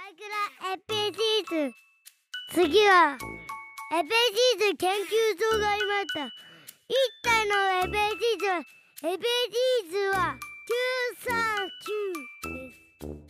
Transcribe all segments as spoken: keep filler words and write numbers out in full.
エペジーズ。次はエペジーズ研究所がありました。一体のエペジーズはエペジーズはきゅうさんきゅうです。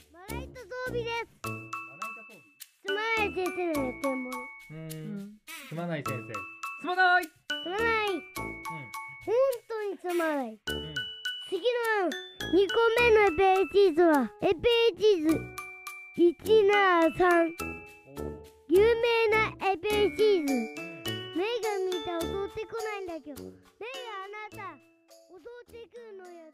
まな板装備です。すまない先生のやってるもの。 うーん、すまない先生。すまない。 すまない。うん。本当にすまない。うん。次のにこめのエペジーズはエペジーズいちななさん。有名なエペジーズ。目が見た踊ってこないんだけど、目があなた踊ってくるのやつ。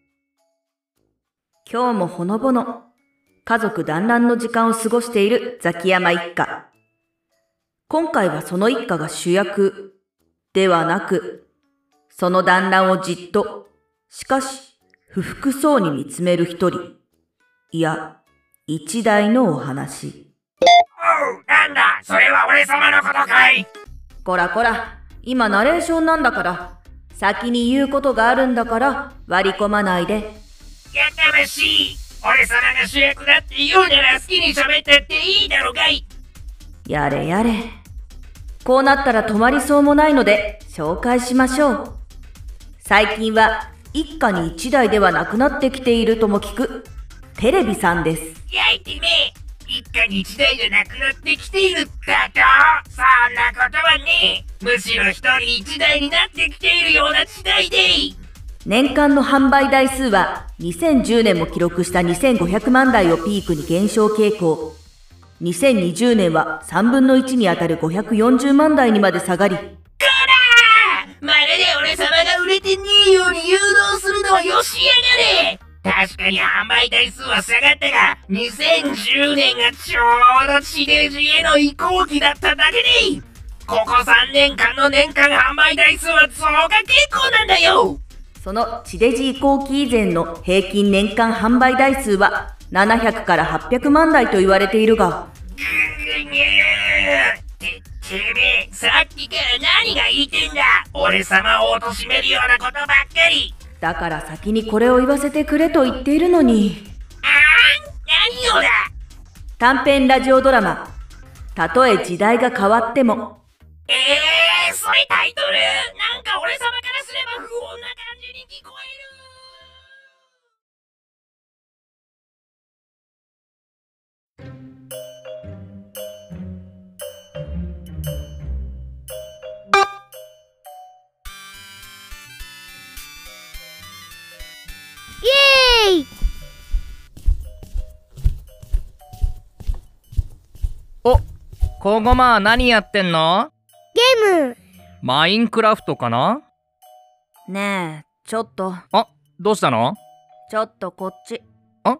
今日もほのぼの家族団らんの時間を過ごしているザキヤマ一家。今回はその一家が主役ではなく、その団らんをじっと、しかし不服そうに見つめる一人、いや一台のお話。 おう、なんだ、それは俺様のことかい。 こらこら、今ナレーションなんだから、先に言うことがあるんだから割り込まないで。 やかましい。俺様が主役だって言うなら好きに喋ったっていいだろうがい。 やれやれ。こうなったら止まりそうもないので紹介しましょう。最近は一家に一台ではなくなってきているとも聞くテレビさんです。 やいてめえ、一家に一台じゃなくなってきているだと。そんなことはねえ。むしろ一人一台になってきているような時代で。 年間の販売台数はにせんじゅうねんも記録したにせんごひゃくまんだいをピークに減少傾向。にせんにじゅうねんはさんぶんのいちにあたるごひゃくよんじゅうまんだいにまで下がり。こらー！まるで俺様が売れてねえように誘導するのはよしやがれ。確かに販売台数は下がったが、にせんじゅうねんがちょうど地デジへの移行期だっただけで、ここさんねんかんの年間販売台数は増加傾向なんだよ。 その地デジ移行期以前の平均年間販売台数はななひゃくからはっぴゃくまんだいと言われているが、 ぐぐにゅーて、てめえ、さっきから何が言いてんだ。俺様を貶めるようなことばっかり。 だから先にこれを言わせてくれと言っているのに。 あーん、何をだ。 短編ラジオドラマ、たとえ時代が変わっても。 えー、それタイトル、なんか俺様からすれば不穏な感じに聞こえる。 イエーイ。 お、こごま何やってんの？ ゲーム。 マインクラフトかな？ ねえ、ちょっと。 あ、どうしたの？ ちょっとこっち。 あ？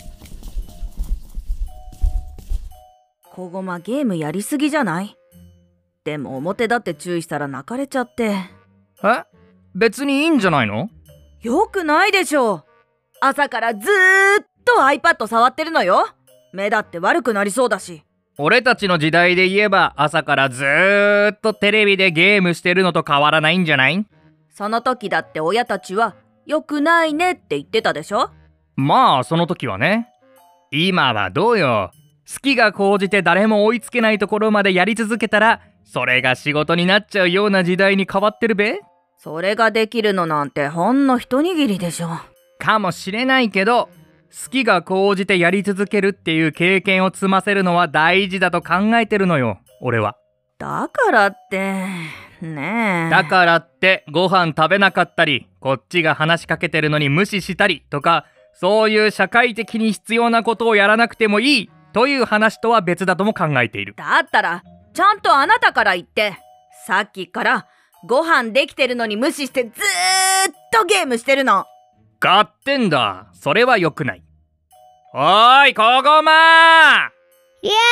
こごまゲームやりすぎじゃない？でも表だって注意したら泣かれちゃって。 え？別にいいんじゃないの？ よくないでしょ。朝からずーっと iPad 触ってるのよ。目だって悪くなりそうだし。 俺たちの時代で言えば朝からずーっとテレビでゲームしてるのと変わらないんじゃない？ その時だって親たちはよくないねって言ってたでしょ。 まあその時はね。今はどうよ。好きが高じて誰も追いつけないところまでやり続けたらそれが仕事になっちゃうような時代に変わってるべ。 それができるのなんてほんの一握りでしょ。 かもしれないけど、好きが高じてやり続けるっていう経験を積ませるのは大事だと考えてるのよ、俺は。 だからってねえ。 だからってご飯食べなかったり、こっちが話しかけてるのに無視したりとか、そういう社会的に必要なことをやらなくてもいいという話とは別だとも考えている。 だったらちゃんとあなたから言って。さっきからご飯できてるのに無視してずーっとゲームしてるの。 合ってんだ。それは良くない。おーい、こごまー。いや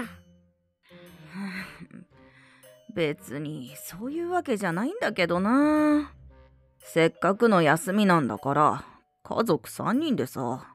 ー。別にそういうわけじゃないんだけどな。せっかくの休みなんだから家族さんにんでさ。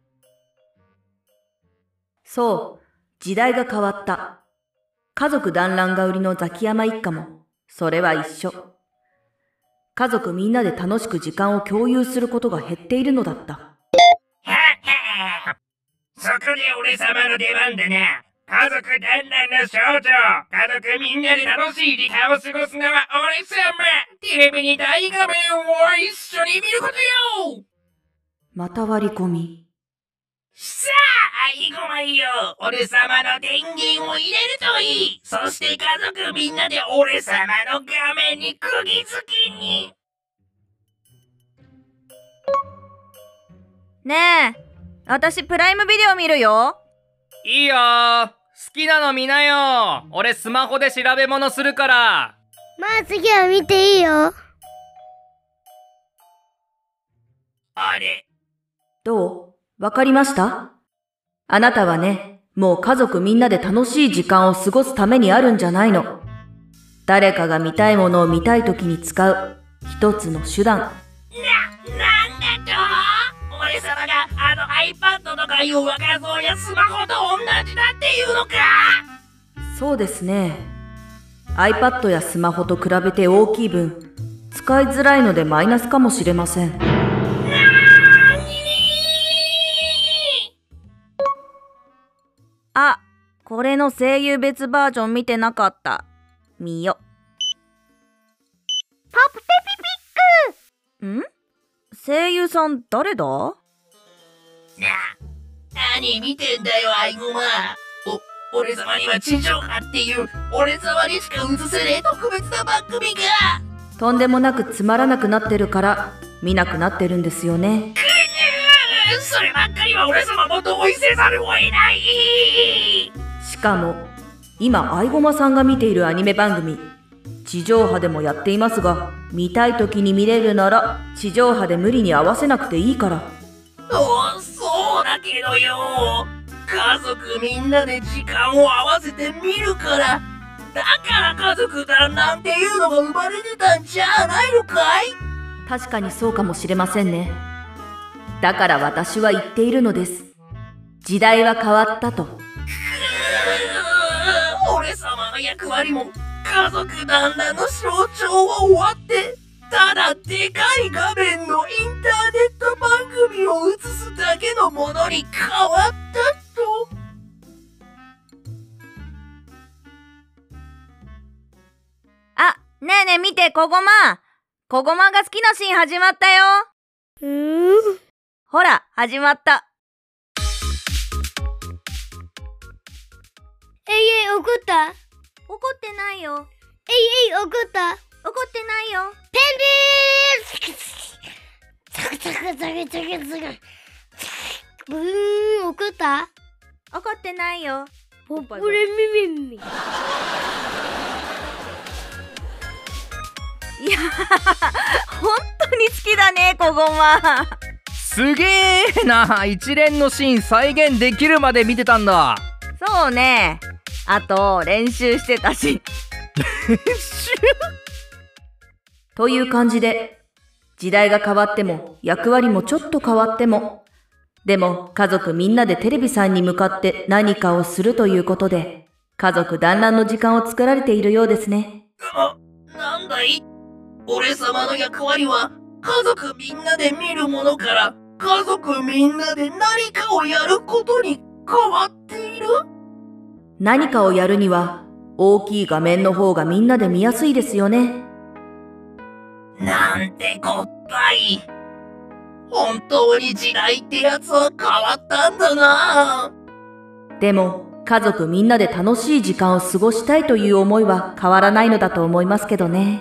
そう、時代が変わった。家族団らんが売りのザキヤマ一家もそれは一緒。家族みんなで楽しく時間を共有することが減っているのだった。 そこで俺様の出番だな。家族団らんの象徴。家族みんなで楽しい時間を過ごすのは俺様。テレビに大画面を一緒に見ることよ。 また割り込み。 さあ、いごまいよ。俺様の電源を入れるといい。そして家族みんなで俺様の画面に釘付けに。 ねえ、私プライムビデオ見るよ。 いいよー。好きなの見なよ。俺スマホで調べ物するから。 まあ次は見ていいよ。 あれ、 どう？わかりました？あなたはね、もう家族みんなで楽しい時間を過ごすためにあるんじゃないの。誰かが見たいものを見たいときに使う一つの手段。 な、なんだと？俺様があの iPad とかいう画像やスマホと同じだっていうのか？ そうですね。iPad やスマホと比べて大きい分、使いづらいのでマイナスかもしれません。あ、これの声優別バージョン見てなかった。見よ。 ポップペピピック。 ん？声優さん誰だ？ な、何見てんだよ、アイゴマ。お、俺様には地上波っていう俺様にしか映せねえ特別な番組が。 とんでもなくつまらなくなってるから見なくなってるんですよね。 そればっかりは俺様も同意せざるを得ない。 しかも今アイゴマさんが見ているアニメ番組、地上波でもやっていますが、見たい時に見れるなら地上波で無理に合わせなくていいから。 お、そうだけどよ。家族みんなで時間を合わせて見るから。だから家族団なんていうのが生まれてたんじゃないのかい？ 確かにそうかもしれませんね。だから私は言っているのです。時代は変わったと。 俺様の役割も家族団らんの象徴は終わって、ただでかい画面のインターネット番組を映すだけのものに変わったと。 あ、ねえねえ見て、こごま。こごまが好きなシーン始まったよ。 うーん。 ほら、始まった。 えいえい、怒った？ 怒ってないよ。 えいえい、怒った？ 怒ってないよ。 ペンビーザクザクザクザクザクザクブーン、怒った？ 怒ってないよ。 ポップレミミミ。 いや本当に好きだね、こごま。 すげえな。一連のシーン再現できるまで見てたんだ。 そうね。あと練習してたし。 練習という感じで、時代が変わっても役割もちょっと変わっても、でも家族みんなでテレビさんに向かって何かをするということで、家族団らんの時間を作られているようですね。 な、なんだい？俺様の役割は家族みんなで見るものから家族みんなで何かをやることに変わっている？ 何かをやるには大きい画面の方がみんなで見やすいですよね。 なんてこったい。本当に時代ってやつは変わったんだな。 でも家族みんなで楽しい時間を過ごしたいという思いは変わらないのだと思いますけどね。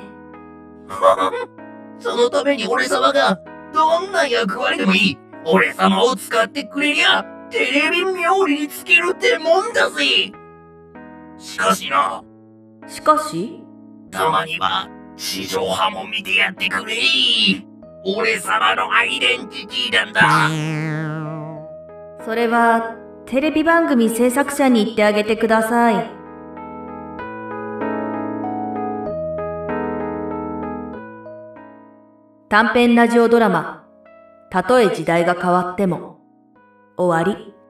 そのために俺様がどんな役割でもいい。俺様を使ってくれりゃテレビ冥利につけるってもんだぜ。しかしな。 しかしたまには地上波も見てやってくれ。俺様のアイデンティティなんだ。 それはテレビ番組制作者に言ってあげてください。短編ラジオドラマ、たとえ時代が変わっても、終わり。